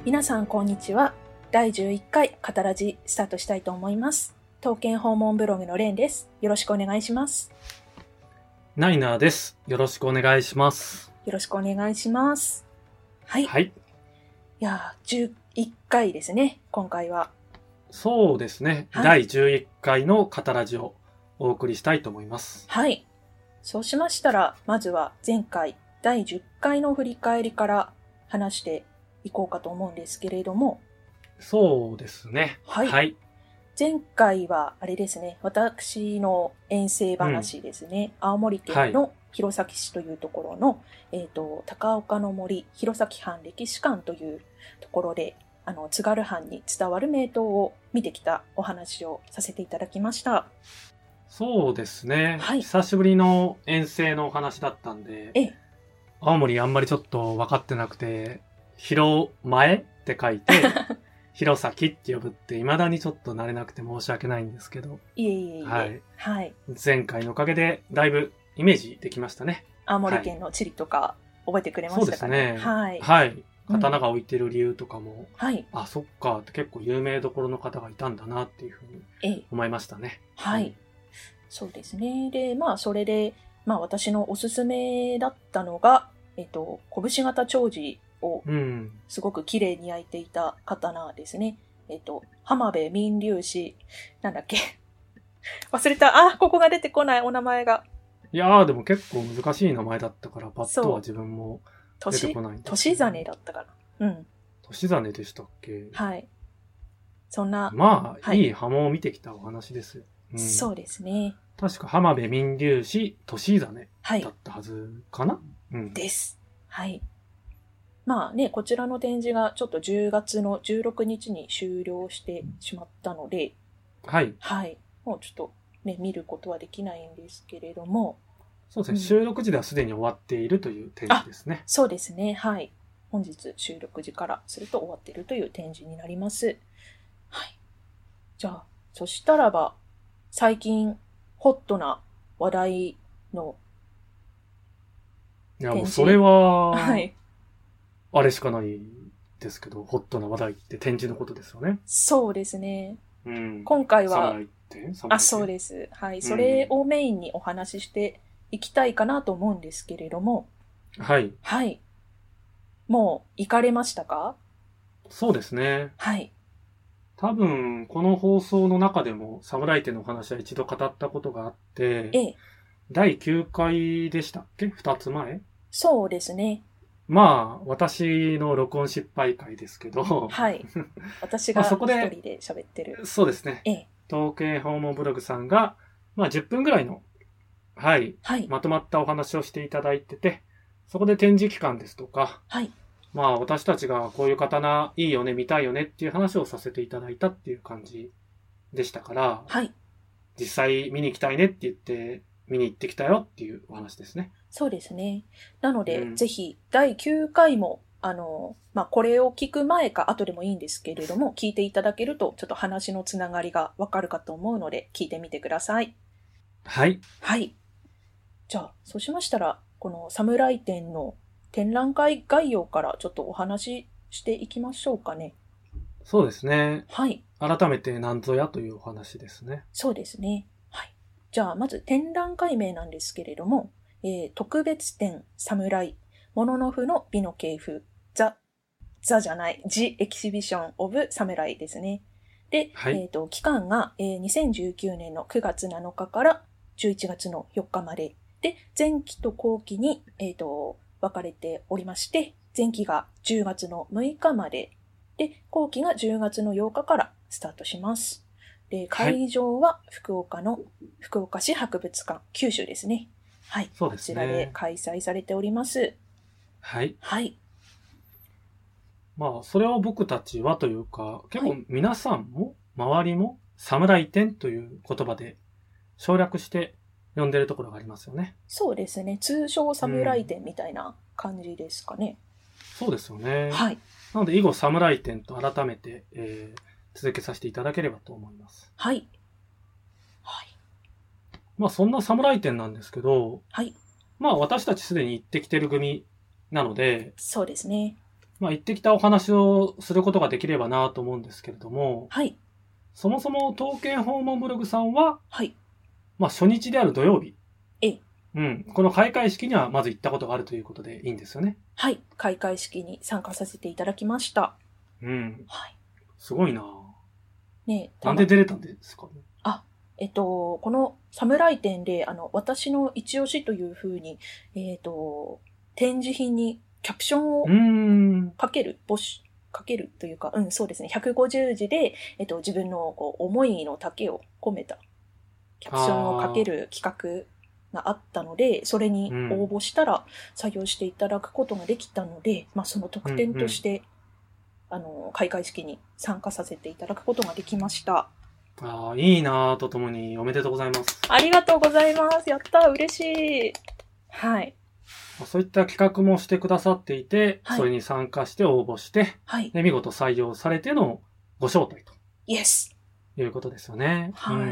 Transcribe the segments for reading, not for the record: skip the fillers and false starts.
皆さんこんにちは。第11回カタラジスタートしたいと思います。刀剣訪問ブログのレンです。よろしくお願いします。 ナイナーです。よろしくお願いします。 よろしくお願いします。はい。 はい。 いやー、11回ですね、今回は。 そうですね。 はい、 第11回のカタラジをお送りしたいと思います。 はい。そうしましたら、まずは前回第10回の振り返りから話していこうかと思うんですけれども。 そうですね。 はい。はい、前回はあれですね、私の遠征話ですね。青森県の弘前市というところの、高岡の森弘前藩歴史館というところで、津軽藩に伝わる名刀を見てきたお話をさせていただきました。 そうですね。はい、久しぶりの遠征のお話だったんで、青森あんまりちょっと分かってなくて、広前って書いて、弘前って呼ぶって未だにちょっと慣れなくて申し訳ないんですけど。 いえいえいえ。 はい。 はい。 前回のおかげでだいぶイメージできましたね。 青森県の地理とか覚えてくれましたかね。 そうですね。 はい。 はい。刀が置いてる理由とかも、 はい。 あ、そっかって結構有名どころの方がいたんだなっていうふうに思いましたね。 はい。そうですね。で、それで、私のおすすめだったのが、拳型丁字をすごく綺麗に焼いていた刀ですね。浜辺民粒子、なんだっけ忘れた。あ、ここが出てこない、お名前が。 いやー、でも結構難しい名前だったから、パッとは自分も出てこないんです。 年実だったかな。うん。 年実でしたっけ？ はい。そんな。 いい刃文を見てきたお話ですよ。 そうですね。 確か浜辺民粒子年実だったはずかな、 です。はい。こちらの展示がちょっと10月の16日に終了してしまったので、 はい。 はい。もうちょっとね、見ることはできないんですけれども。 そうですね。収録時ではすでに終わっているという展示ですね。 そうですね。はい。本日収録時からすると終わっているという展示になります。はい。じゃあ、そしたらば、最近ホットな話題のいや、もうそれは、 はい。 あれしかないですけど、ホットな話題って展示のことですよね。 そうですね。今回は、そうです。はい。それをメインにお話ししていきたいかなと思うんですけれども。 はい。 はい。もう行かれましたか？ そうですね。 はい。 多分、この放送の中でも、侍店のお話は一度語ったことがあって、第9回でしたっけ？ 2 つ前？ そうですね。 私の録音失敗回ですけど。 はい。私が一人で喋ってる。 そうですね。刀剣訪問ブログさんが、10分ぐらいの、はい。まとまったお話をしていただいてて、そこで展示期間ですとか、 はい。 私たちがこういう刀いいよね、見たいよねっていう話をさせていただいたっていう感じでしたから、 はい。 実際見に行きたいねって言って、見に行ってきたよっていうお話ですね。 そうですね。なので、ぜひ第9回も、これを聞く前か後でもいいんですけれども、聞いていただけると、ちょっと話のつながりがわかるかと思うので、聞いてみてください。 はい。 はい。じゃあ、そうしましたら、この侍展の展覧会概要からちょっとお話ししていきましょうかね。 そうですね。 はい。 改めて何ぞやというお話ですね。 そうですね。はい。じゃあ、まず展覧会名なんですけれども、特別展侍、モノノフの美の系譜、ジエキシビションオブ侍ですね。で、期間が、2019年の9月7日から11月の4日まで。で、前期と後期に、分かれておりまして、前期が10月の6日まで。で、後期が10月の8日からスタートします。で、会場は福岡市博物館、九州ですね。はい。 そうですね。 こちらで開催されております。 はい。 はい。 それを僕たちはというか、結構皆さんも、周りも、侍展という言葉で省略して呼んでるところがありますよね。 そうですね。通称侍展みたいな感じですかね。 そうですよね。 はい。 なので、以後侍展と改めて、続けさせていただければと思います。 はい。はい。 そんな侍展なんですけど、 はい。 私たちすでに行ってきてる組なので、 そうですね。 行ってきたお話をすることができればなと思うんですけれども、 はい。 そもそも刀剣訪問ブログさんは、 はい。 初日である土曜日。この開会式にはまず行ったことがあるということでいいんですよね。 はい。開会式に参加させていただきました。 はい。すごいなねえ。なんで出れたんですかね。 この侍展で、私の一押しというふうに、展示品にキャプションをかけるというか、そうですね。150字で、自分の思いの丈を込めたキャプションをかける企画があったので、それに応募したら採用していただくことができたので、その特典として、開会式に参加させていただくことができました。 いいなぁとともにおめでとうございます。 ありがとうございます。やったー、嬉しい。はい。 そういった企画もしてくださっていて、それに参加して応募して、で見事採用されてのご招待と。 イエス。 いうことですよね。はい。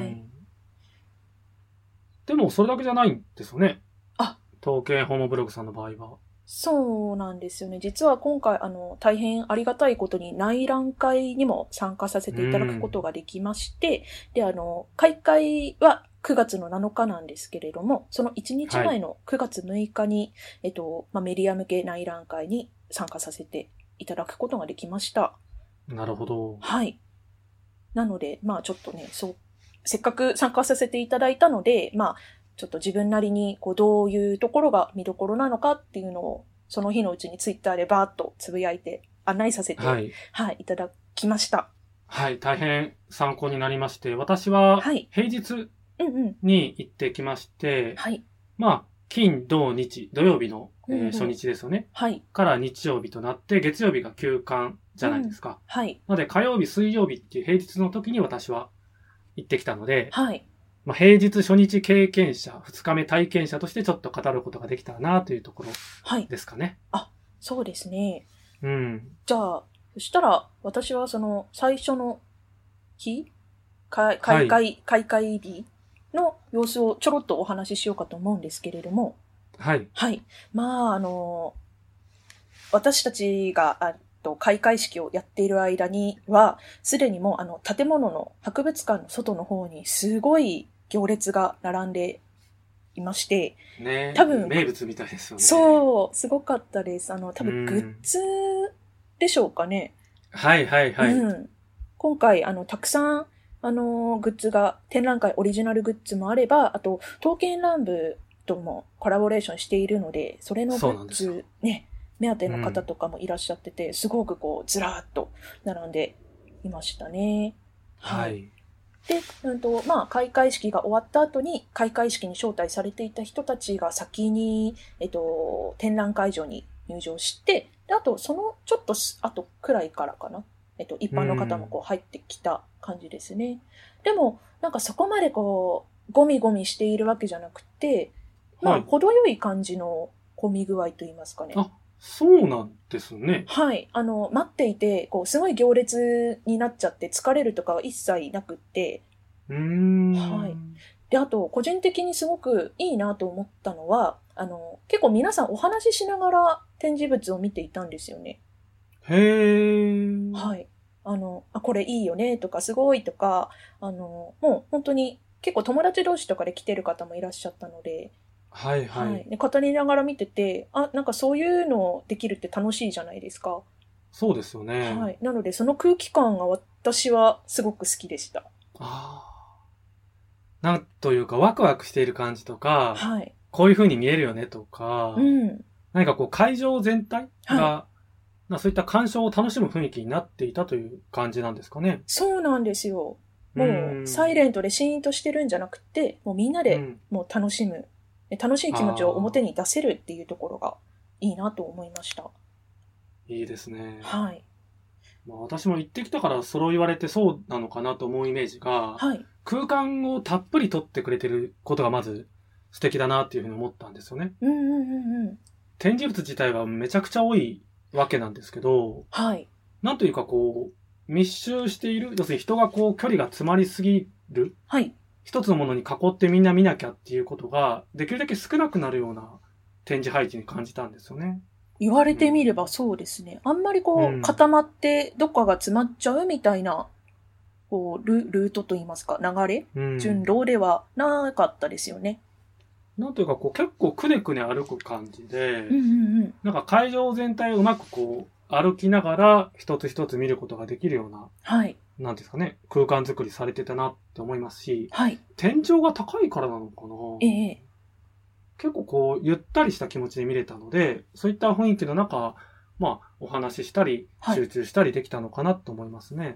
でも、それだけじゃないんですよね。刀剣訪問ブログさんの場合は。 そうなんですよね。実は今回、大変ありがたいことに内覧会にも参加させていただくことができまして、で、開会は9月の7日なんですけれども、その1日前の9月6日に、メディア向け内覧会に参加させていただくことができました。 なるほど。 はい。なので、ちょっとね、せっかく参加させていただいたので、ちょっと自分なりにどういうところが見どころなのかっていうのをその日のうちにツイッターでバーッとつぶやいて案内させて、いただきました。 はい、大変参考になりまして、私は平日に行ってきまして、金、土、日、土曜日の、初日ですよね。から日曜日となって、月曜日が休館じゃないですか。なので火曜日、水曜日っていう平日の時に私は行ってきたので、平日初日経験者、2日目体験者としてちょっと語ることができたらなというところですかね。 そうですね。じゃあ、そしたら私はその最初の日、開会日の様子をちょろっとお話ししようかと思うんですけれども。私たちが、開会式をやっている間には、すでにもう建物の博物館の外の方にすごい行列が並んでいまして、 多分名物みたいですよね。 そう、すごかったです。多分グッズでしょうかね。今回たくさんグッズが展覧会オリジナルグッズもあれば、あと刀剣乱舞ともコラボレーションしているので、それのグッズね。目当ての方とかもいらっしゃってて、すごくずらーっと並んでいましたね。で、開会式が終わった後に、開会式に招待されていた人たちが先に、展覧会場に入場して、で、あと、そのちょっと後くらいからかな。一般の方も入ってきた感じですね。でも、そこまでゴミゴミしているわけじゃなくて、程よい感じの混み具合といいますかね。 そうなんですね。 待っていて、すごい行列になっちゃって疲れるとかは一切なくって。で、あと、個人的にすごくいいなと思ったのは、結構皆さんお話ししながら展示物を見ていたんですよね。これいいよねとか、すごいとか、もう本当に結構友達同士とかで来てる方もいらっしゃったので、で語りながら見てて、そういうのできるって楽しいじゃないですか。 そうですよね。 なので、その空気感が私はすごく好きでした。 なんというか、ワクワクしている感じとか、こういう風に見えるよねとか、何か会場全体が、そういった鑑賞を楽しむ雰囲気になっていたという感じなんですかね。 そうなんですよ。もう、サイレントでシーンとしてるんじゃなくて、もうみんなでもう楽しむ。楽しい気持ちを表に出せるっていうところがいいなと思いました。 いいですね。私も行ってきたからそう言われてそうなのかなと思うイメージが、空間をたっぷり取ってくれてることがまず素敵だなっていうふうに思ったんですよね。展示物自体はめちゃくちゃ多いわけなんですけど、なんというか密集している、要するに人が距離が詰まりすぎる。一つのものに囲ってみんな見なきゃっていうことが、できるだけ少なくなるような展示配置に感じたんですよね。 言われてみればそうですね。あんまりこう、固まってどっかが詰まっちゃうみたいな、こう、ルートといいますか、流れ、順路ではなかったですよね。 なんというか、こう、結構くねくね歩く感じで、なんか会場全体をうまくこう、歩きながら一つ一つ見ることができるような、 はい。 なんですかね、空間作りされてたなって思いますし、 はい。 天井が高いからなのかな。 ええ。 結構こう、ゆったりした気持ちで見れたので、そういった雰囲気の中、まあ、お話ししたり、集中したりできたのかなと思いますね。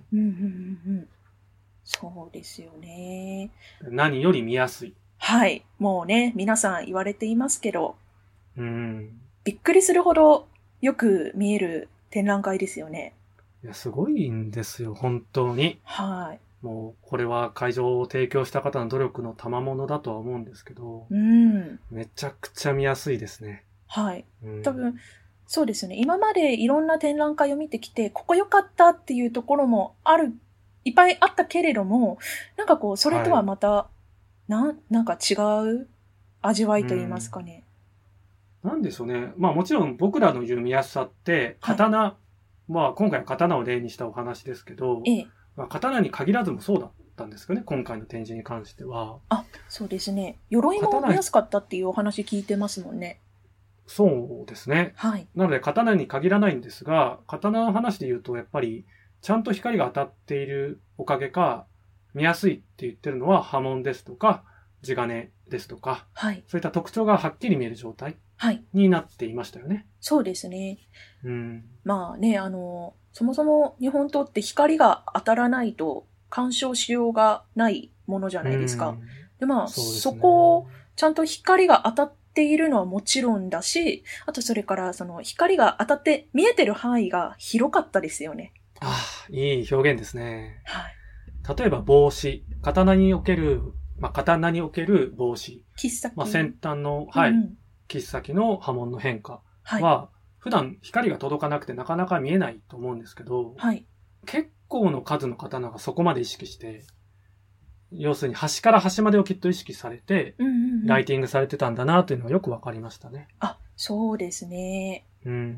そうですよね。 何より見やすい。 はい。もうね、皆さん言われていますけど、びっくりするほどよく見える展覧会ですよね。 いや、すごいんですよ、本当に。 はい。 もう、これは会場を提供した方の努力の賜物だとは思うんですけど、めちゃくちゃ見やすいですね。 はい。多分、そうですね。今までいろんな展覧会を見てきて、ここ良かったっていうところもいっぱいあったけれども、なんかこう、それとはまた、なんか違う味わいと言いますかね。 なんでしょうね。まあもちろん僕らの言う見やすさって、刀、まあ今回は刀を例にしたお話ですけど、まあ、刀に限らずもそうだったんですけどね、今回の展示に関しては。 あ、そうですね。鎧も見やすかったっていうお話聞いてますもんね。 そうですね。 はい。 なので刀に限らないんですが、刀の話で言うとやっぱり、ちゃんと光が当たっているおかげか、見やすいって言ってるのは刃文ですとか、地金ですとか、 はい、 そういった特徴がはっきり見える状態になっていましたよね。 そうですね。まあね、そもそも日本刀って光が当たらないと鑑賞しようがないものじゃないですか。で、まあ、そこをちゃんと光が当たっているのはもちろんだし、あとそれからその光が当たって見えてる範囲が広かったですよね。 ああ、いい表現ですね。 はい。 例えば帽子、刀における帽子。 切っ先。 まあ、先端の、切っ先の刃文の変化は、普段光が届かなくてなかなか見えないと思うんですけど、結構の数の刀がそこまで意識して、要するに端から端までをきっと意識されて、ライティングされてたんだなというのはよくわかりましたね。 あ、そうですね。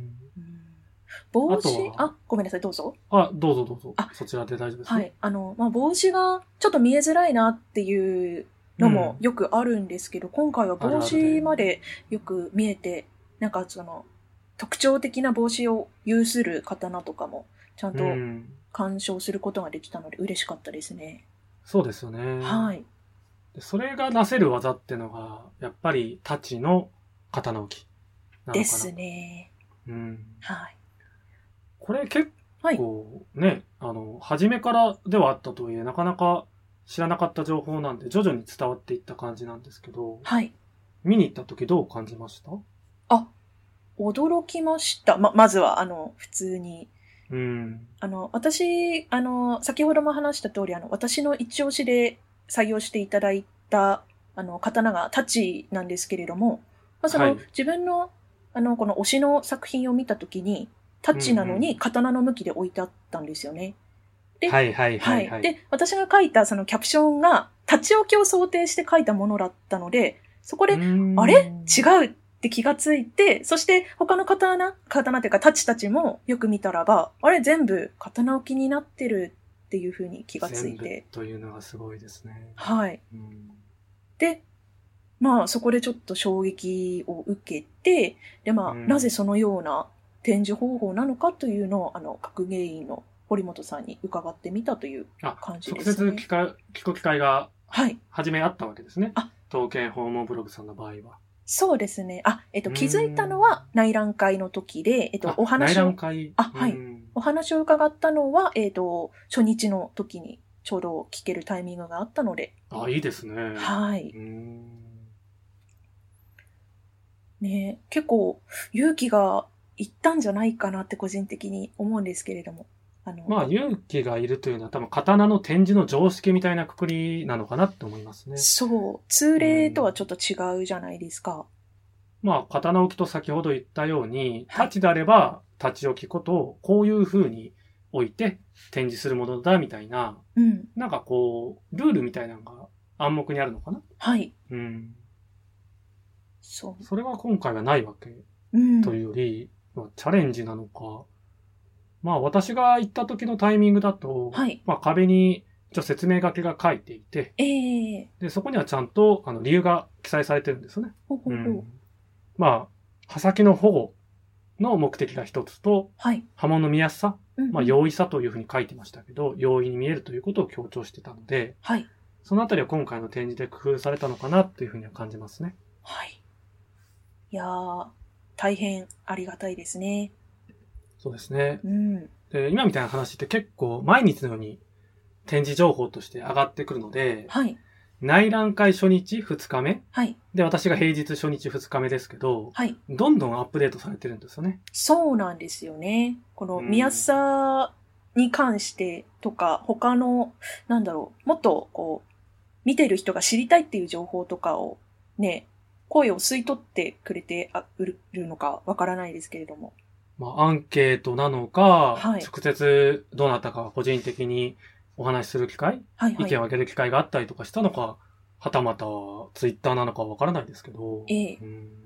帽子、ごめんなさい、どうぞ。 どうぞどうぞ。そちらで大丈夫です。 はい。まあ、帽子がちょっと見えづらいなっていうのもよくあるんですけど、今回は帽子までよく見えて、なんかその、特徴的な帽子を有する刀とかも、ちゃんと鑑賞することができたので嬉しかったですね。 そうですよね。 はい。 それがなせる技っていうのが、やっぱり太刀の刀置きなのかな。 ですね。はい。 これ結構ね、初めからではあったとはいえ、なかなか知らなかった情報なんで、徐々に伝わっていった感じなんですけど、 はい。 見に行った時どう感じました？ 驚きました。まずは、普通に。私、先ほども話した通り、私の一押しで採用していただいた、刀が太刀なんですけれども、自分の、この推しの作品を見たときに、タッチなのに刀の向きで置いてあったんですよね。で、で、私が書いたそのキャプションが立ち置きを想定して書いたものだったので、そこで、あれ違うって気がついて、そして他の刀というかタッチたちもよく見たらば、あれ全部刀置きになってるっていう風に気がついて。 全部というのがすごいですね。 はい。で、まあそこでちょっと衝撃を受けて、でまあ、なぜそのような展示方法なのかというのを、学芸員の堀本さんに伺ってみたという感じですね。 直接聞く機会が、初めあったわけですね。刀剣訪問ブログさんの場合は。 そうですね。気づいたのは内覧会の時で、お話を、 内覧会はい。お話を伺ったのは、初日の時にちょうど聞けるタイミングがあったので。 いいですね。 はい。ね、結構勇気がいったんじゃないかなって個人的に思うんですけれども。 まあ勇気がいるというのは多分刀の展示の常識みたいなくくりなのかなって思いますね。 そう。通例とはちょっと違うじゃないですか。 まあ刀置きと先ほど言ったように、太刀であれば立ち置きことをこういう風に置いて展示するものだみたいな、なんかこう、ルールみたいなのが暗黙にあるのかな。 はい。 それは今回はないわけ、というより、 チャレンジなのか。私が行った時のタイミングだと、はい、壁に一応説明書きが書いていて、で、そこにはちゃんと理由が記載されてるんですよね。刃先の保護の目的が一つと、はい、刃文の見やすさ、容易さというふうに書いてましたけど、容易に見えるということを強調してたので、はい、そのあたりは今回の展示で工夫されたのかなというふうには感じますね。 はい。いやー、大変ありがたいですね。 そうですね。で、今みたいな話って結構毎日のように展示情報として上がってくるので、はい、内覧会初日2日目、はい、で、私が平日初日2日目ですけど、はい、どんどんアップデートされてるんですよね。 そうなんですよね。この見やすさに関してとか、他の、もっと見てる人が知りたいっていう情報とかをね、声を吸い取ってくれてるのかわからないですけれども。 アンケートなのか、はい、直接どうなったか個人的にお話しする機会、はいはい、意見を上げる機会があったりとかしたのか、はたまたツイッターなのかわからないですけど、例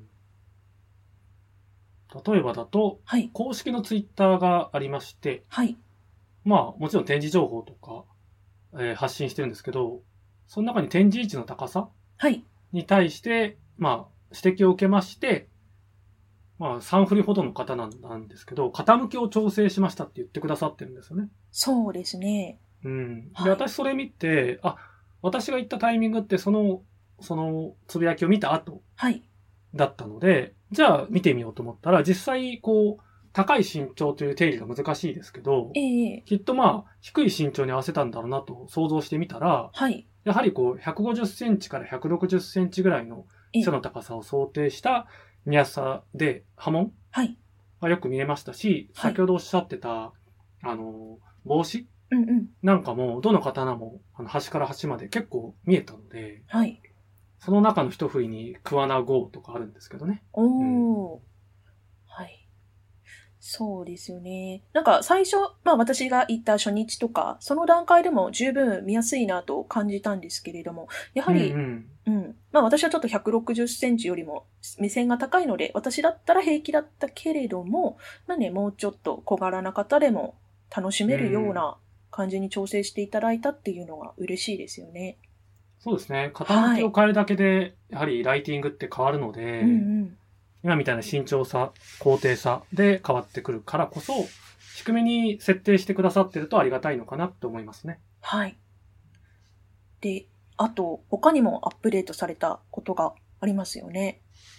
えばだと、はい、公式のツイッターがありまして、はい、もちろん展示情報とか、発信してるんですけど、その中に展示位置の高さに対して、指摘を受けまして、3振りほどの方なんですけど、傾きを調整しましたって言ってくださってるんですよね。 そうですね。 で、私それ見て、私が行ったタイミングってそのつぶやきを見た後だったので、じゃあ見てみようと思ったら、実際高い身長という定義が難しいですけど、きっと低い身長に合わせたんだろうなと想像してみたら、はい、やはり150センチから160センチぐらいの背の高さを想定した見やすさで刃文がよく見えましたし、先ほどおっしゃってた、帽子なんかも、どの刀も端から端まで結構見えたので、はい、その中の一振りに桑名号とかあるんですけどね。 はい。そうですよね。最初、私が行った初日とか、その段階でも十分見やすいなと感じたんですけれども、やはり、私はちょっと160センチよりも目線が高いので、私だったら平気だったけれども、もうちょっと小柄な方でも楽しめるような感じに調整していただいたっていうのが嬉しいですよね。 そうですね。傾きを変えるだけで、やはりライティングって変わるので、今みたいな慎重さ、高低差で変わってくるからこそ、低めに設定してくださってるとありがたいのかなって思いますね。 はい。で、あと、他にもアップデートされたことがありますよね。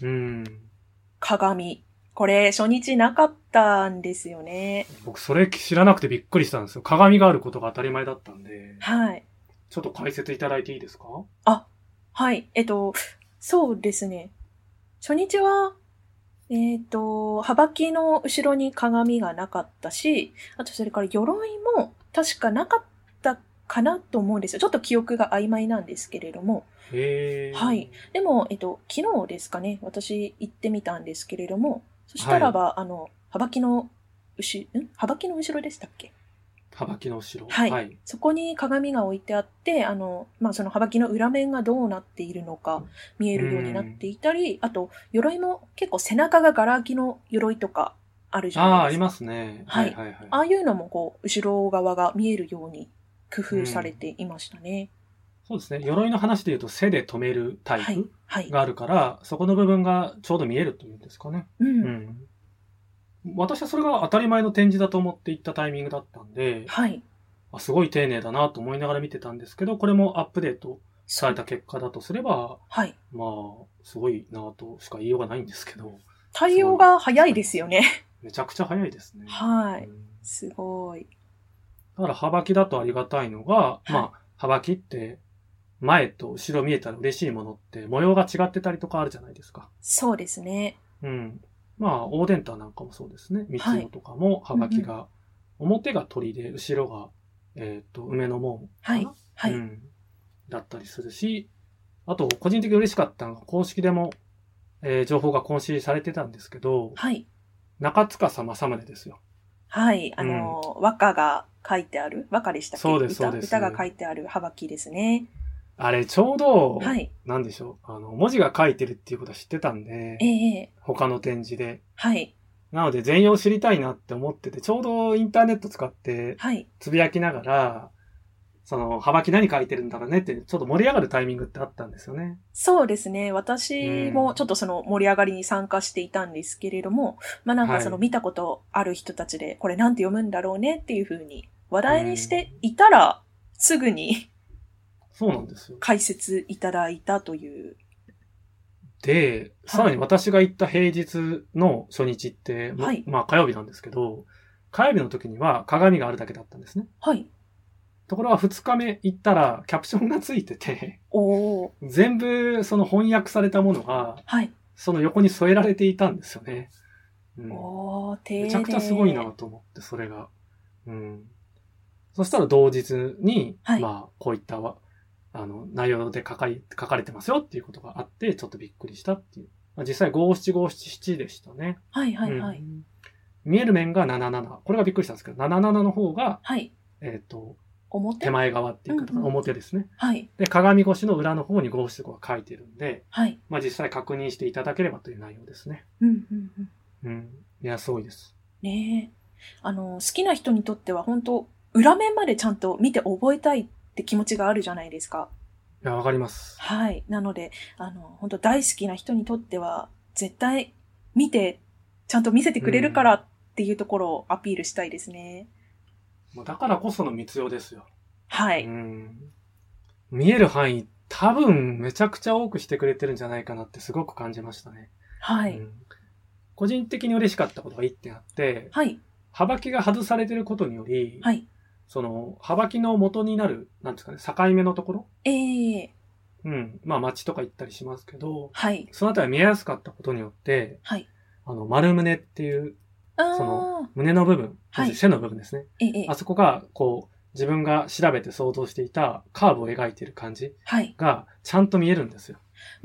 鏡。これ、初日なかったんですよね。 僕、それ知らなくてびっくりしたんですよ。鏡があることが当たり前だったんで。はい。ちょっと解説いただいていいですか？ はい。そうですね。初日は、幅木の後ろに鏡がなかったし、あとそれから鎧も確かなかったかなと思うんですよ。ちょっと記憶が曖昧なんですけれども。はい。でも、昨日ですかね、私行ってみたんですけれども、そしたらば、幅木の後ろでしたっけ？ 幅木の後ろ。 はい。そこに鏡が置いてあって、その幅木の裏面がどうなっているのか見えるようになっていたり、あと、鎧も結構背中がガラ空きの鎧とかあるじゃないですか。 ありますね。はい。 ああいうのも後ろ側が見えるように工夫されていましたね。 そうですね。鎧の話で言うと背で留めるタイプがあるから、そこの部分がちょうど見えるというんですかね。私はそれが当たり前の展示だと思って行ったタイミングだったんで、すごい丁寧だなと思いながら見てたんですけど、これもアップデートされた結果だとすれば、すごいなとしか言いようがないんですけど。 対応が早いですよね。 めちゃくちゃ早いですね。 すごい。 だから幅木だとありがたいのが、幅木って前と後ろ見えたら嬉しいものって模様が違ってたりとかあるじゃないですか。 そうですね。 オーデンターなんかもそうですね。三つ葉とかも幅木が、表が鳥で後ろが、梅の門かな、だったりするし、あと個人的に嬉しかったのが公式でも、情報が更新されてたんですけど、中司正宗ですよ。 和歌が書いてある、和歌でしたっけ？ そうです。 歌が書いてある幅木ですね。 あれ、ちょうど、なんでしょう。文字が書いてるっていうことは知ってたんで、他の展示で。 なので全容知りたいなって思ってて、ちょうどインターネット使って、つぶやきながら、その、はばき何書いてるんだろうねって、ちょっと盛り上がるタイミングってあったんですよね。 そうですね。私もちょっとその盛り上がりに参加していたんですけれども、まあなんかその見たことある人たちで、これなんて読むんだろうねっていう風に話題にしていたら、すぐに、 そうなんですよ。 解説いただいたという。 で、さらに私が行った平日の初日って、まあ火曜日なんですけど、火曜日の時には鏡があるだけだったんですね。 はい。 ところが2日目行ったらキャプションがついてて、全部その翻訳されたものが、その横に添えられていたんですよね。めちゃくちゃすごいなと思って、それが。そしたら同日に、まあ、こういった内容で書かれてますよっていうことがあって、ちょっとびっくりしたっていう。まあ、実際57577でしたね。見える面が77。これがびっくりしたんですけど、77の方が、手前側っていうか、表ですね。で、鏡越しの裏の方に575が書いてるんで、まあ実際確認していただければという内容ですね。いや、すごいです。 ねえ。好きな人にとっては本当裏面までちゃんと見て覚えたいって気持ちがあるじゃないですか。 いや、わかります。 はい。なので、本当大好きな人にとっては、絶対見て、ちゃんと見せてくれるからっていうところをアピールしたいですね。 だからこその密用ですよ。 はい。 見える範囲、多分めちゃくちゃ多くしてくれてるんじゃないかなってすごく感じましたね。 はい。 個人的に嬉しかったことが1点あって、はばきが外されてることにより、その、はばきの元になる、なんですかね、境目のところまあ街とか行ったりしますけど、そのあたり見えやすかったことによって、丸胸っていう、その胸の部分、背の部分ですね。あそこが、こう、自分が調べて想像していたカーブを描いている感じがちゃんと見えるんですよ。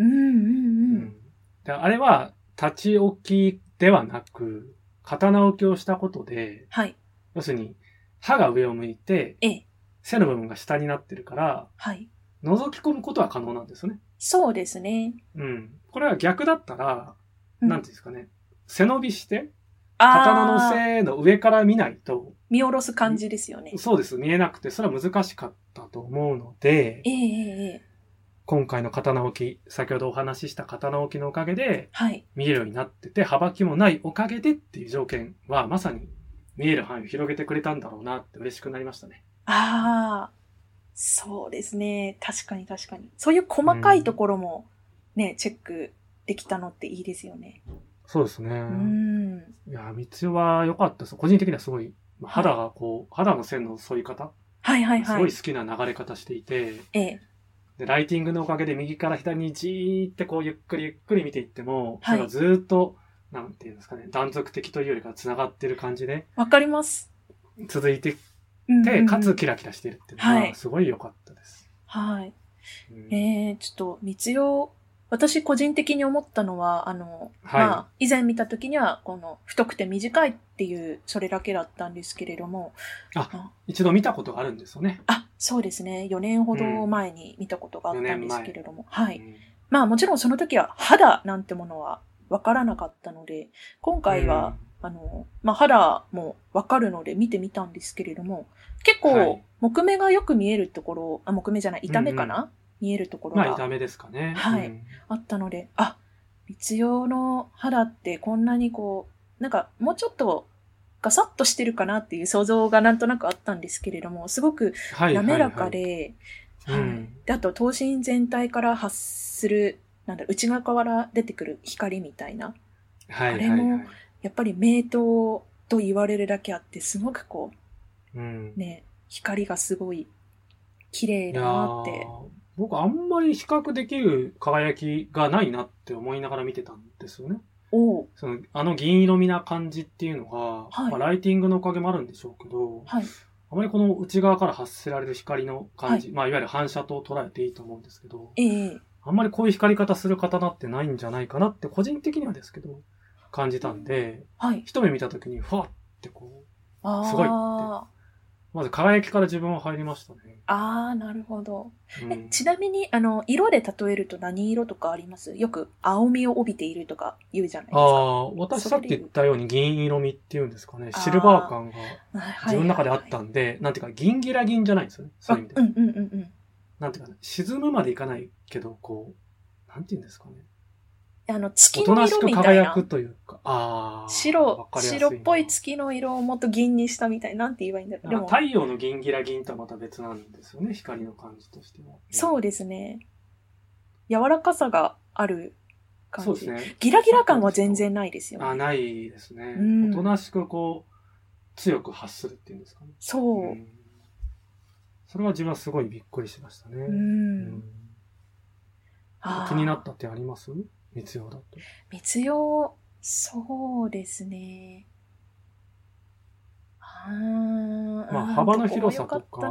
あれは立ち置きではなく、刀置きをしたことで、要するに刃が上を向いて、背の部分が下になってるから、覗き込むことは可能なんですよね。 そうですね。 これは逆だったら、なんていうんですかね、背伸びして、刀の背の上から見ないと。 見下ろす感じですよね。 そうです。見えなくて、それは難しかったと思うので、今回の刀置き、先ほどお話しした刀置きのおかげで、見えるようになってて、幅きもないおかげでっていう条件は、まさに見える範囲を広げてくれたんだろうなって嬉しくなりましたね。 そうですね。確かに確かに。そういう細かいところもね、チェックできたのっていいですよね。 そうですね。いや、密代は良かったです。個人的にはすごい、肌がこう、肌の線の沿い方すごい好きな流れ方していて、で、ライティングのおかげで右から左にじーってこうゆっくりゆっくり見ていっても、それがずーっと、なんていうんですかね、断続的というよりか繋がってる感じで。 わかります。 続いてて、かつキラキラしてるっていうのは、すごい良かったです。 ちょっと、密代、私個人的に思ったのは、まあ、以前見た時には、この、太くて短いっていう、それだけだったんですけれども。 一度見たことがあるんですよね。 そうですね。4年ほど前に見たことがあったんですけれども。まあ、もちろんその時は、肌なんてものはわからなかったので、今回は、まあ、肌もわかるので見てみたんですけれども、結構、木目がよく見えるところ、木目じゃない、板目かな、見えるところが。 痛めですかね。 あったので、密代の肌ってこんなにこう、なんかもうちょっとガサッとしてるかなっていう想像がなんとなくあったんですけれども、すごく滑らかで、で、あと頭身全体から発する、内側から出てくる光みたいな。あれも、やっぱり明灯と言われるだけあって、すごくこう、ね、光がすごい綺麗だなって。 僕あんまり比較できる輝きがないなって思いながら見てたんですよね。銀色味な感じっていうのが、ライティングのおかげもあるんでしょうけど、あまりこの内側から発せられる光の感じ、いわゆる反射と捉えていいと思うんですけど、あんまりこういう光り方する刀ってないんじゃないかなって個人的にはですけど、感じたんで、一目見た時にふわってこう、すごいってまず輝きから自分は入りましたね。 ああ、なるほど。ちなみに、色で例えると何色とかあります？よく青みを帯びているとか言うじゃないですか。 私さっき言ったように銀色味っていうんですかね。シルバー感が自分の中であったんで、なんていうか銀ギラ銀じゃないんですよね。そういう意味で。なんていうかね、沈むまでいかないけど、こう、なんていうんですかね。 月の色みたいな。輝くというか、 白っぽい月の色をもっと銀にしたみたいな。なんて言えばいいんだろう。 でも太陽の銀ギラ銀とはまた別なんですよね、光の感じとしては。 そうですね。柔らかさがある感じ。 そうですね。 ギラギラ感は全然ないですよね。 ないですね。おとなしくこう、強く発するっていうんですかね。 そう。 それは自分はすごいびっくりしましたね。気になった点あります？密葉だと。 密葉、そうですね。 幅の広さとか、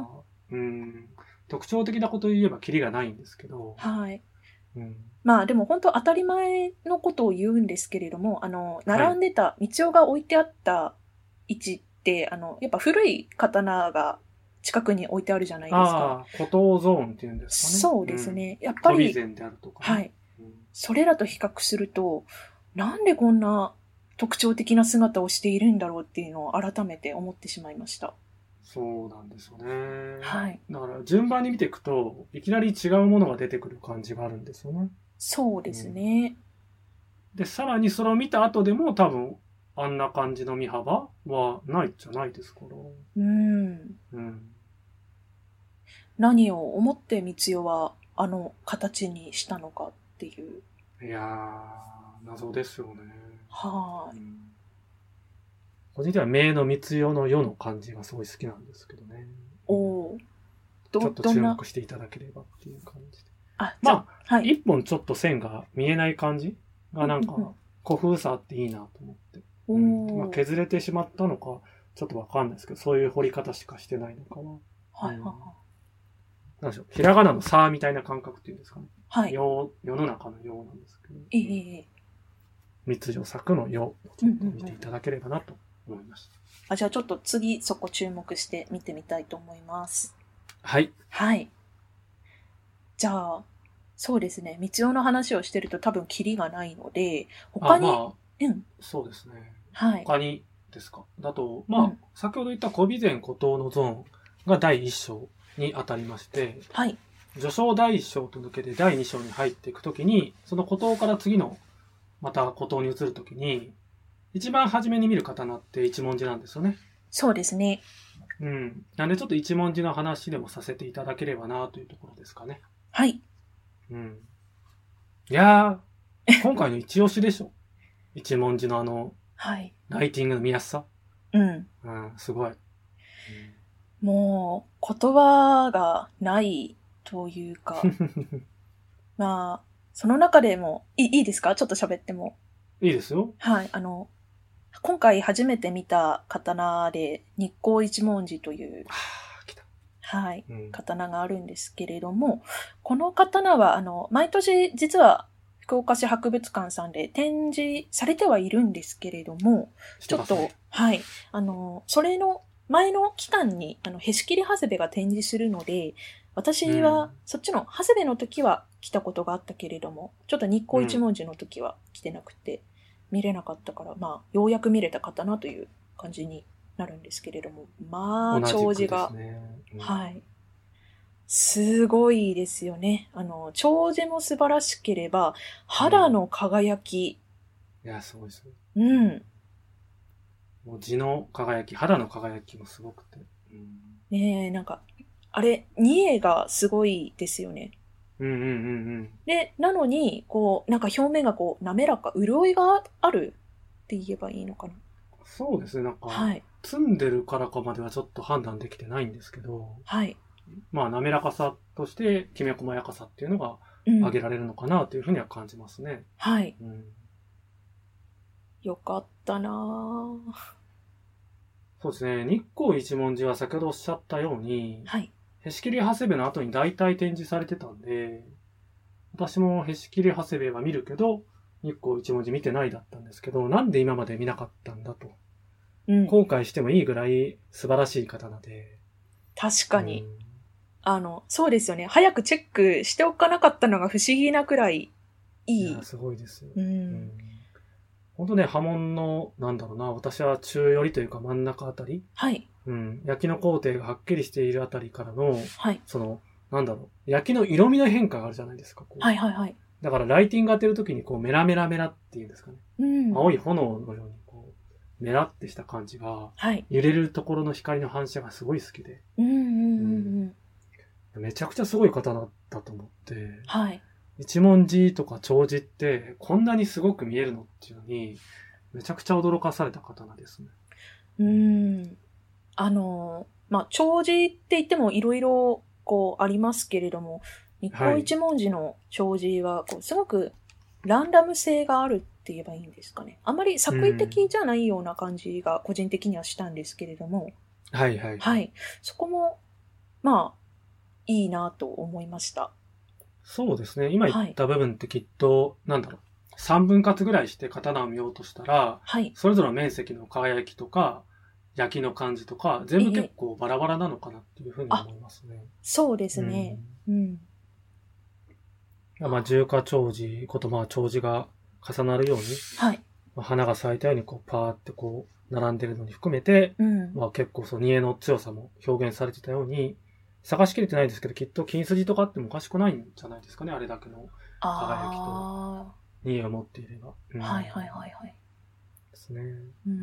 特徴的なことを言えばキリがないんですけど。 はい。まあでも本当当たり前のことを言うんですけれども、並んでた密葉が置いてあった位置って、やっぱ古い刀が近くに置いてあるじゃないですか。 古刀ゾーンっていうんですかね。 そうですね。やっぱり。 飛であるとか、 はい。それらと比較すると、なんでこんな特徴的な姿をしているんだろうっていうのを改めて思ってしまいました。 そうなんですよね。 はい。 だから順番に見ていくと、いきなり違うものが出てくる感じがあるんですよね。 そうですね。 で、さらにそれを見た後でも多分、あんな感じの身幅はないじゃないですから。 何を思って光代はあの形にしたのかっていう。 いやー、謎ですよね。 はい、 個人的には名の光代の世の感じがすごい好きなんですけどね。ちょっと注目していただければっていう感じで。一本ちょっと線が見えない感じがなんか古風さあっていいなと思って。削れてしまったのかちょっとわかんないですけど、そういう彫り方しかしてないのかな。なんでしょう、ひらがなのさみたいな感覚っていうんですかね。世の中の世なんですけど。密条作の世をちょっと見ていただければなと思いました。 じゃあちょっと次そこ注目して見てみたいと思います。 はい。 はい。じゃあ、そうですね。密葉の話をしてると多分キリがないので、他に、 そうですね。 はい。 他にですか。だと、先ほど言った古備前古刀のゾーンが第1章に当たりまして、 はい。 序章第1章と抜けて第2章に入っていくときに、その古刀から次のまた古刀に移るときに、一番初めに見る刀って一文字なんですよね。 そうですね。 なんでちょっと一文字の話でもさせていただければなというところですかね。 はい。 いやー、今回の一押しでしょ。一文字のはい。 ライティングの見やすさ。すごい。 もう、言葉がないというか、まあ、その中でも、いいですか？ちょっと喋っても。 いいですよ。 はい。今回初めて見た刀で、日光一文字という、はい、刀があるんですけれども、この刀は、毎年、実は、福岡市博物館さんで展示されてはいるんですけれども、ちょっと、はい、それの前の期間に、へし切り長谷部が展示するので、私は、そっちの長谷部の時は来たことがあったけれども、ちょっと日光一文字の時は来てなくて、見れなかったから、ようやく見れた刀という感じになるんですけれども、弔辞が、はい。すごいですよね。弔辞も素晴らしければ、肌の輝き。 いや、すごいですね。 もう字の輝き、肌の輝きもすごくて。 ねえ、なんか、あれ、二重がすごいですよね。で、なのに、なんか表面が滑らか、潤いがあるって言えばいいのかな。 そうですね、なんか、積んでるからかまではちょっと判断できてないんですけど、 はい。 滑らかさとして、きめ細やかさっていうのが挙げられるのかなというふうには感じますね。 はい。よかったなぁ。 そうですね、日光一文字は先ほどおっしゃったように、 はい。 へし切り長谷部の後に大体展示されてたんで、私もへし切り長谷部は見るけど、日光一文字見てないだったんですけど、なんで今まで見なかったんだと後悔してもいいぐらい素晴らしい刀で。 確かに。そうですよね。早くチェックしておかなかったのが不思議なくらいいい。 いや、すごいですよ。本当ね、刃文の、なんだろうな、私は中寄りというか真ん中あたり。 はい。 焼きの工程がはっきりしているあたりからの、 はい。 なんだろう、焼きの色味の変化があるじゃないですか。 はいはいはい。 だからライティング当てるときにメラメラメラっていうんですかね。青い炎のようにメラってした感じが、揺れるところの光の反射がすごい好きで。めちゃくちゃすごい刀だと思って、 はい。 一文字とか長字ってこんなにすごく見えるのっていうのに、めちゃくちゃ驚かされた刀ですね。 長字って言ってもいろいろありますけれども、日光一文字の長字はすごくランダム性があるって言えばいいんですかね。あまり作為的じゃないような感じが個人的にはしたんですけれども。 はいはい。 はい。そこも、いいなと思いました。 そうですね。今言った部分ってきっと、3分割ぐらいして刀を見ようとしたら、それぞれの面積の輝きとか、焼きの感じとか、全部結構バラバラなのかなっていうふうに思いますね。 そうですね。 重花長字こと長字が重なるように、花が咲いたようにパーって並んでるのに含めて、結構煮えの強さも表現されてたように、探しきれてないですけど、きっと金筋とかあってもおかしくないんじゃないですかね、あれだけの輝きと煮えを持っていれば。 はいはいはいはい。 ですね。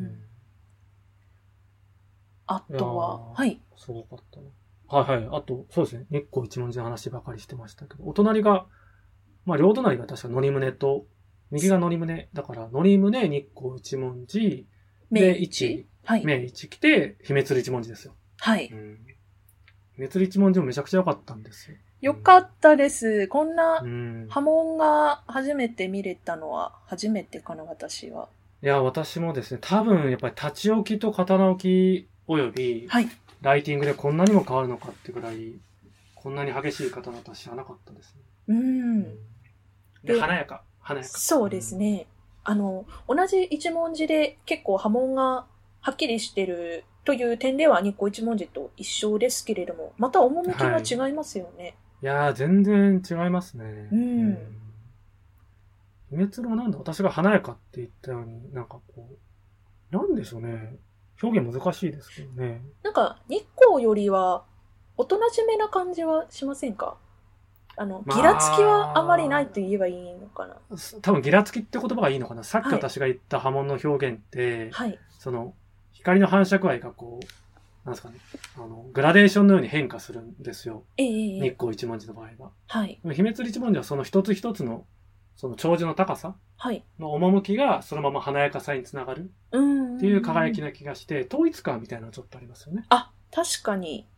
あとは、 すごかったな。はいはい。あと、そうですね。日光一文字の話ばかりしてましたけど、お隣が、両隣が確か則宗と、右が則宗。だから、則宗、日光一文字、 明一。 明一来て、秘滅一文字ですよ。 はい。 秘滅一文字もめちゃくちゃ良かったんですよ。 よかったです。こんな刃文が初めて見れたのは初めてかな、私は。 いや、私もですね、多分やっぱり立ち置きと刀置きおよび、ライティングでこんなにも変わるのかってぐらい、こんなに激しい刀とは知らなかったですね。で、華やか。 そうですね。同じ一文字で結構刃文がはっきりしてるという点では日光一文字と一緒ですけれども、また趣が違いますよね。 いやー、全然違いますね。秘滅の私が華やかって言ったように、なんでしょうね。表現難しいですけどね。 日光よりは、おとなしめな感じはしませんか？ギラつきはあまりないと言えばいいのかな。 多分ギラつきって言葉がいいのかな。さっき私が言った刃文の表現って、光の反射具合がなんですかね。グラデーションのように変化するんですよ。日光一文字の場合は。秘滅一文字はその一つ一つの、その長寿の高さの趣がそのまま華やかさにつながるっていう輝きな気がして、統一感みたいなのちょっとありますよね。 あ、確かに。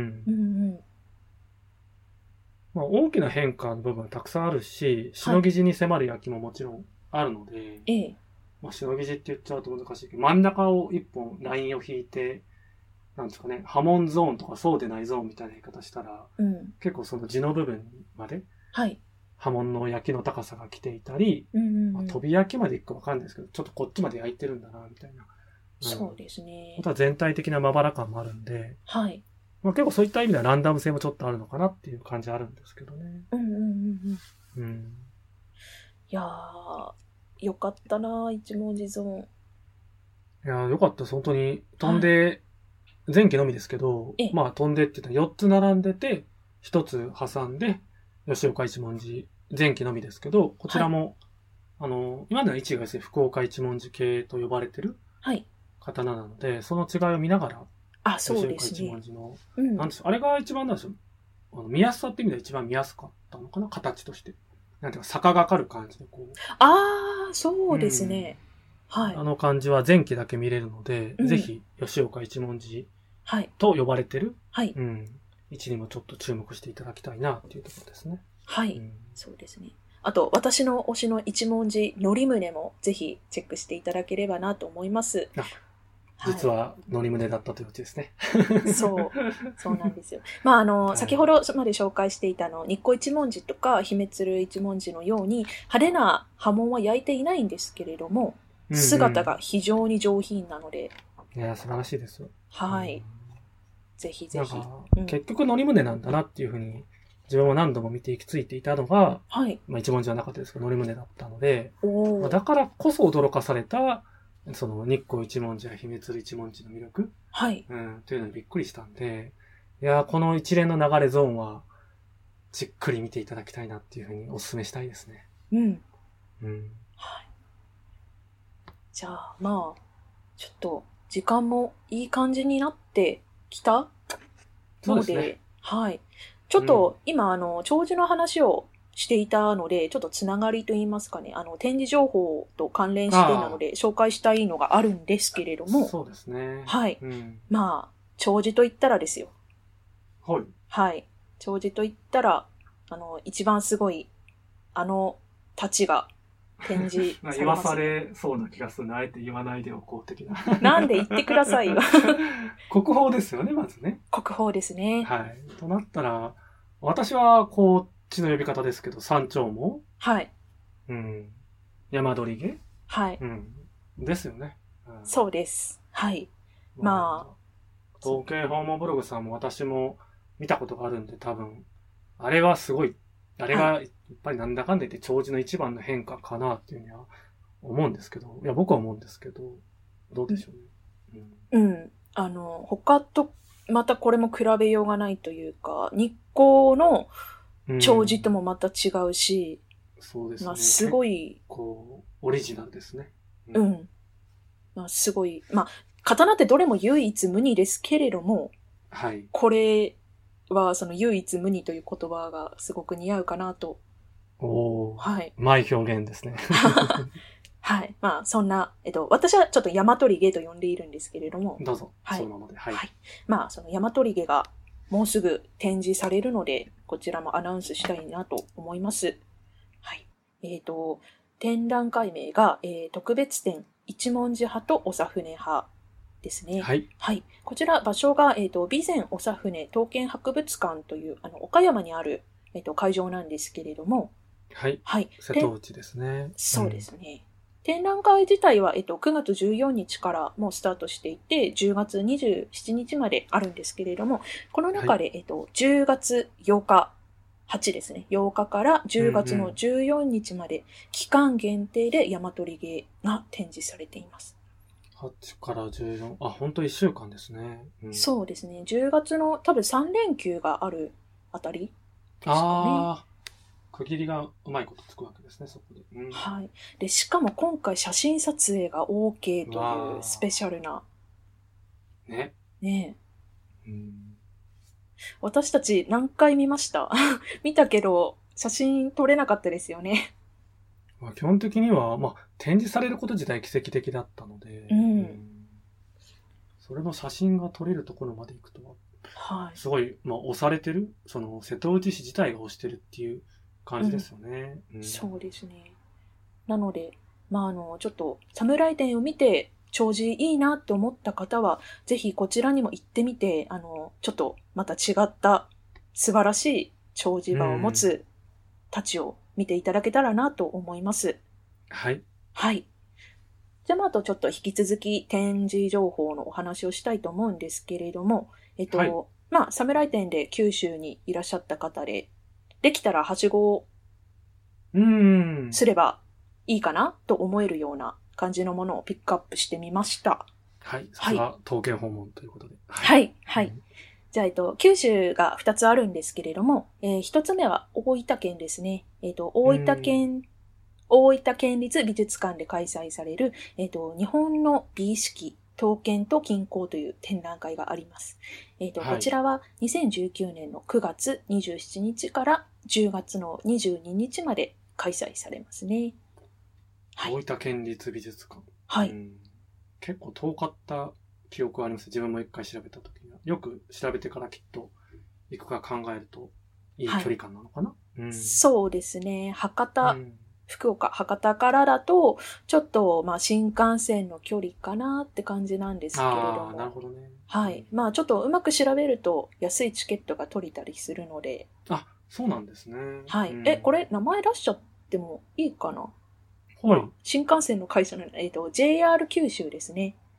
大きな変化の部分はたくさんあるし、しのぎ地に迫る焼きももちろんあるので、しのぎ地って言っちゃうと難しいけど、真ん中を一本ラインを引いて、なんですかね、刃文ゾーンとかそうでないゾーンみたいな言い方したら、結構その地の部分まで、刃文の焼きの高さが来ていたり、飛び焼きまでいくかわかんないですけど、ちょっとこっちまで焼いてるんだな、みたいな。 そうですね。 あとは全体的なまばら感もあるんで、結構そういった意味ではランダム性もちょっとあるのかなっていう感じあるんですけどね。 いやー、よかったな、一文字ゾーン。 いやー、よかったです。本当に飛んで、前期のみですけど、飛んでって言ったら4つ並んでて、1つ挟んで、吉岡一文字、前期のみですけど、こちらも、今の位置がですね、福岡一文字系と呼ばれてる刀なので、その違いを見ながら、 そうですね。 吉岡一文字の、なんでしょう、あれが一番なんでしょう、見やすさって意味では一番見やすかったのかな、形として。なんていうか、坂がかる感じでそうですね。 あの感じは前期だけ見れるので、ぜひ、吉岡一文字と呼ばれてる、位置にもちょっと注目していただきたいなっていうところですね。 そうですね。あと、私の推しの一文字、則宗もぜひチェックしていただければなと思います。 実は、則宗だったといううちですね。 そうなんですよ。先ほどまで紹介していた日光一文字とか、秘滅一文字のように、派手な刃文は焼いていないんですけれども、姿が非常に上品なので。 いや、素晴らしいです。 はい。ぜひぜひ。 結局乗り船なんだなっていうふうに、自分は何度も見て行き着いていたのが、 はい。 一文字はなかったですけど、乗り船だったので、だからこそ驚かされた、その日光一文字や秘密一文字の魅力、 はい。 というのにびっくりしたんで、いや、この一連の流れゾーンは、じっくり見ていただきたいなっていうふうにお勧めしたいですね。 うん。はい。じゃあ、まあ、ちょっと、時間もいい感じになってきたので、 はい。ちょっと、今、長寿の話をしていたので、ちょっとつながりと言いますかね、展示情報と関連してなので、紹介したいのがあるんですけれども、 そうですね。 はい。まあ、長寿と言ったらですよ。 はい。 はい。長寿と言ったら、一番すごい、たちが展示されます。 言わされそうな気がするの。あえて言わないでおこう的な。 なんで言ってくださいよ。 国宝ですよね、まずね。 国宝ですね。 はい。となったら、私はこっちの呼び方ですけど、山頂も。 はい。 山鳥毛。 はい。 ですよね。 そうです。はい。まあ。 統計訪問ブログさんも私も見たことがあるんで、多分、あれはすごい、あれがやっぱりなんだかんだ言って長寿の一番の変化かなっていうには思うんですけど、いや僕は思うんですけど、どうでしょうね。他とまたこれも比べようがないというか、日光の長寿ともまた違うし、 そうですね。 まあすごい、 こう、オリジナルですね。 まあすごい、まあ、刀ってどれも唯一無二ですけれども、 はい。 これはその唯一無二という言葉がすごく似合うかなと。はい。 うまい表現ですね。 はい。まあ、そんな、私はちょっと大和毛と呼んでいるんですけれども。 どうぞ。 はい。 そのままで。はい。はい。 まあ、その大和毛がもうすぐ展示されるので、こちらもアナウンスしたいなと思います。はい。展覧会名が、特別展、一文字派と長船派ですね。 はい。 はい。こちら場所が、備前長船刀剣博物館という、岡山にある、会場なんですけれども。 はい。はい。瀬戸内ですね。 そうですね。展覧会自体は、9月14日からもうスタートしていて、10月27日まであるんですけれども、この中で、10月8日、8ですね。8日から10月の14日まで、期間限定で大和芸が展示されています。 8から14、本当1週間ですね。 そうですね。10月の多分3連休があるあたりですかね。 区切りがうまいことつくわけですね、そこで。 はい。で、しかも今回写真撮影が OK というスペシャルな。 ね。 ねえ。私たち何回見ました見たけど、写真撮れなかったですよね。 基本的には、展示されること自体奇跡的だったので、それの写真が撮れるところまで行くとは、はい、すごい、押されてる、その瀬戸内市自体が押してるっていう感じですよね。 そうですね。なので、ちょっと、侍展を見て、長寿いいなって思った方は、ぜひこちらにも行ってみて、ちょっとまた違った素晴らしい長寿場を持つたちを見ていただけたらなと思います。 はい。 はい。じゃあ、あとちょっと引き続き展示情報のお話をしたいと思うんですけれども、はい、侍展で九州にいらっしゃった方で、できたらはしごをすればいいかなと思えるような感じのものをピックアップしてみました。 はい。さすが刀剣訪問ということで。 はい。はい。じゃあ、九州が2つあるんですけれども、1つ目は大分県ですね。大分県立美術館で開催される、日本の美意識、刀剣と金工という展覧会があります。こちらは2019年の9月27日から10月の22日まで開催されますね。 はい、大分県立美術館。 はい。 結構遠かった記憶があります。自分も一回調べたときには。よく調べてからきっと行くか考えるといい距離感なのかな、 そうですね。博多、福岡、博多からだと、ちょっと、新幹線の距離かなって感じなんですけれども。 なるほどね。 はい。ちょっとうまく調べると安いチケットが取れたりするので。 そうなんですね。 はい。これ名前出しちゃってもいいかな？ はい。 新幹線の会社の、JR 九州ですね。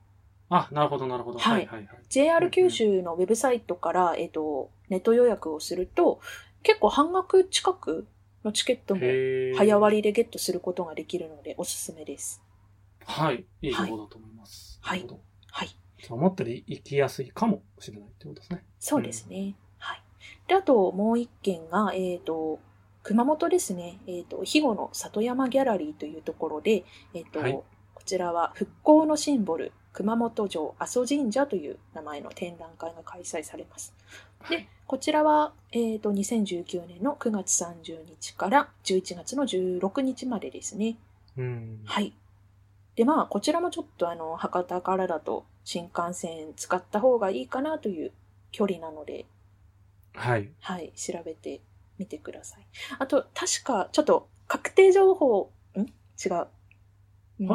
あ、なるほど、なるほど。 はい。はいはいはい、JR 九州のウェブサイトから、ネット予約をすると、結構半額近くのチケットも早割でゲットすることができるので、おすすめです。 はい。いい情報だと思います。 はい。はい。 思ったより行きやすいかもしれないってことですね。 そうですね。はい。で、あともう一件が、熊本ですね。肥後の里山ギャラリーというところで、はい、こちらは復興のシンボル、熊本城阿蘇神社という名前の展覧会が開催されます。で、こちらは、2019年の9月30日から11月の16日までですね。はい。で、まあ、こちらもちょっと博多からだと新幹線使った方がいいかなという距離なので、 はい。 はい、調べてみてください。あと、確か、ちょっと確定情報、違う。はい、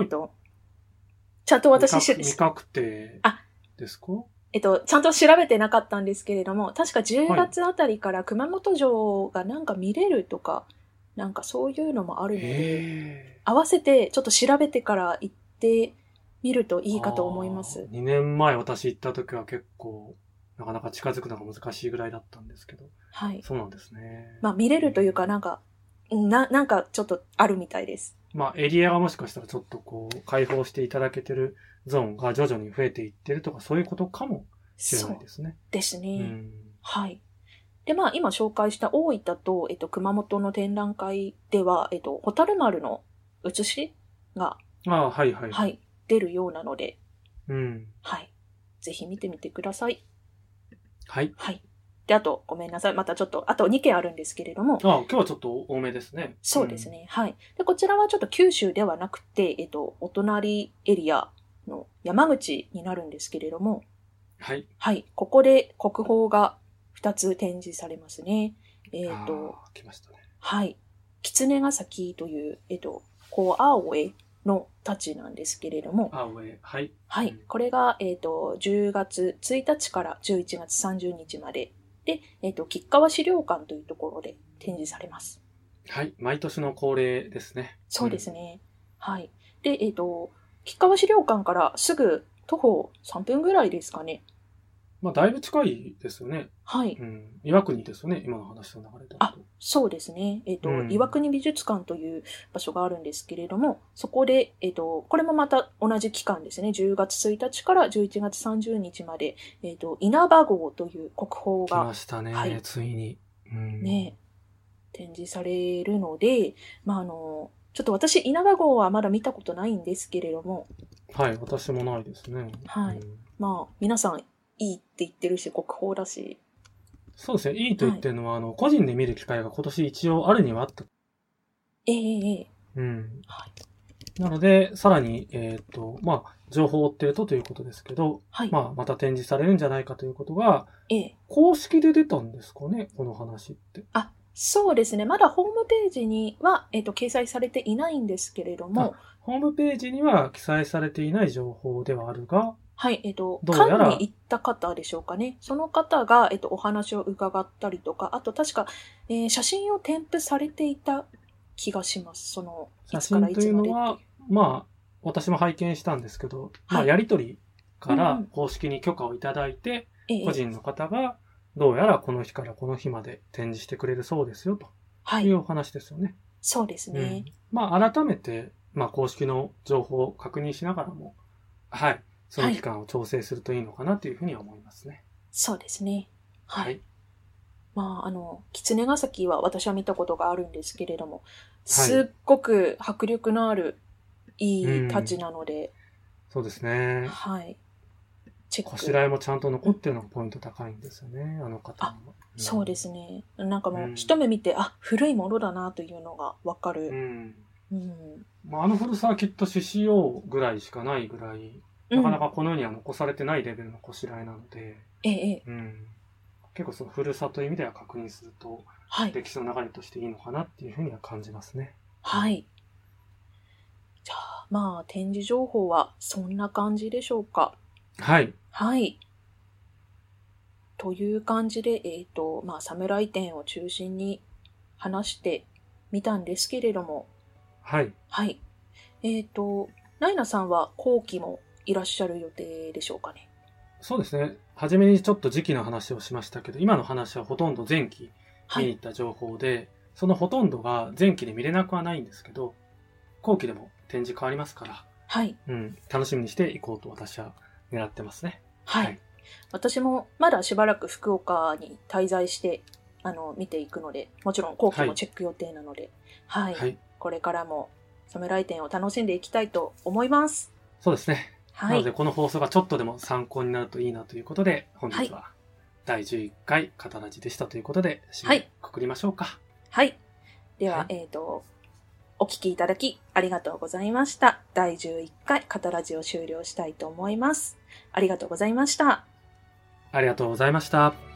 ちゃんと私未確定ですか？ ちゃんと調べてなかったんですけれども、確か10月あたりから熊本城がなんか見れるとか、なんかそういうのもあるので、合わせてちょっと調べてから行ってみるといいかと思います。 2年前私行った時は結構、なかなか近づくのが難しいぐらいだったんですけど。はい。そうなんですね。 まあ見れるというかなんかちょっとあるみたいです。 まあエリアがもしかしたらちょっとこう、開放していただけてるゾーンが徐々に増えていってるとか、そういうことかもしれないですね。 そうですね。はい。で、まあ、今紹介した大分と、熊本の展覧会では、ホタル丸の写しが、 はいはい。 はい、出るようなので、はい。ぜひ見てみてください。 はい。 はい。で、あと、ごめんなさい。またちょっと、あと2件あるんですけれども。 今日はちょっと多めですね。 そうですね。はい。で、こちらはちょっと九州ではなくて、お隣エリアの山口になるんですけれども、 はい。 はい。ここで国宝が2つ展示されますね。 来ましたね。 はい。狐ヶ崎という、アオエの太刀なんですけれども。 アオエ、はい。 はい。これが、10月1日から11月30日まで。で、吉川資料館というところで展示されます。 はい。毎年の恒例ですね。 そうですね。はい。で、吉川資料館からすぐ徒歩3分ぐらいですかね。 まあ、だいぶ近いですよね。 はい。 岩国ですよね、今の話の流れだと。 そうですね。岩国美術館という場所があるんですけれども、そこで、これもまた同じ期間ですね。10月1日から11月30日まで、稲葉号という国宝が。 来ましたね、はい、ついに。 ね、展示されるので、まあ、ちょっと私、稲葉号はまだ見たことないんですけれども。 はい、私もないですね。 はい。まあ、皆さん、いいって言ってるし、国宝だし。 そうですね。いいと言ってるのは、はい、個人で見る機会が今年一応あるにはあった。はい。なので、さらに、まあ、情報を追ってるということですけど、はい、まあ、また展示されるんじゃないかということが、公式で出たんですかね、この話って。 そうですね。まだホームページには、掲載されていないんですけれども。 ホームページには記載されていない情報ではあるが、 はい、館に行った方でしょうかね。その方が、お話を伺ったりとか、あと確か、写真を添付されていた気がします。その、 写真というのは、まあ、私も拝見したんですけど、まあ、やりとりから公式に許可をいただいて、個人の方が、どうやらこの日からこの日まで展示してくれるそうですよ、というお話ですよね。 そうですね。 まあ、改めて、まあ、公式の情報を確認しながらも、はい。その期間を調整するといいのかなというふうには思いますね。 そうですね。はい。まあ、狐ヶ崎は私は見たことがあるんですけれども、すっごく迫力のあるいい太刀なので、 そうですね。 はい。 こしらえもちゃんと残ってるのがポイント高いんですよね、あの方は。 そうですね。なんかもう、一目見て、古いものだなというのがわかる。 まあ、あの古さはきっと獅子王ぐらいしかないぐらい、なかなかこの世には残されてないレベルのこしらえなので、結構その古さという意味では確認すると、歴史の流れとしていいのかなっていうふうには感じますね。 はい。じゃあ、まあ、展示情報はそんな感じでしょうか。 はい。 はい。という感じで、まあ、侍展を中心に話してみたんですけれども。 はい。 はい。ナイナさんは後期もいらっしゃる予定でしょうかね。 そうですね。初めにちょっと時期の話をしましたけど、今の話はほとんど前期見に行った情報で、そのほとんどが前期で見れなくはないんですけど、後期でも展示変わりますから、楽しみにしていこうと私は狙ってますね。 はい。私もまだしばらく福岡に滞在して、見ていくので、もちろん後期もチェック予定なので、これからもサムライ展を楽しんでいきたいと思います。 そうですね。なのでこの放送がちょっとでも参考になるといいなということで、本日は第11回カタラジでしたということで、締めくくりましょうか。 では、お聞きいただきありがとうございました。第11回カタラジを終了したいと思います。ありがとうございました。 ありがとうございました。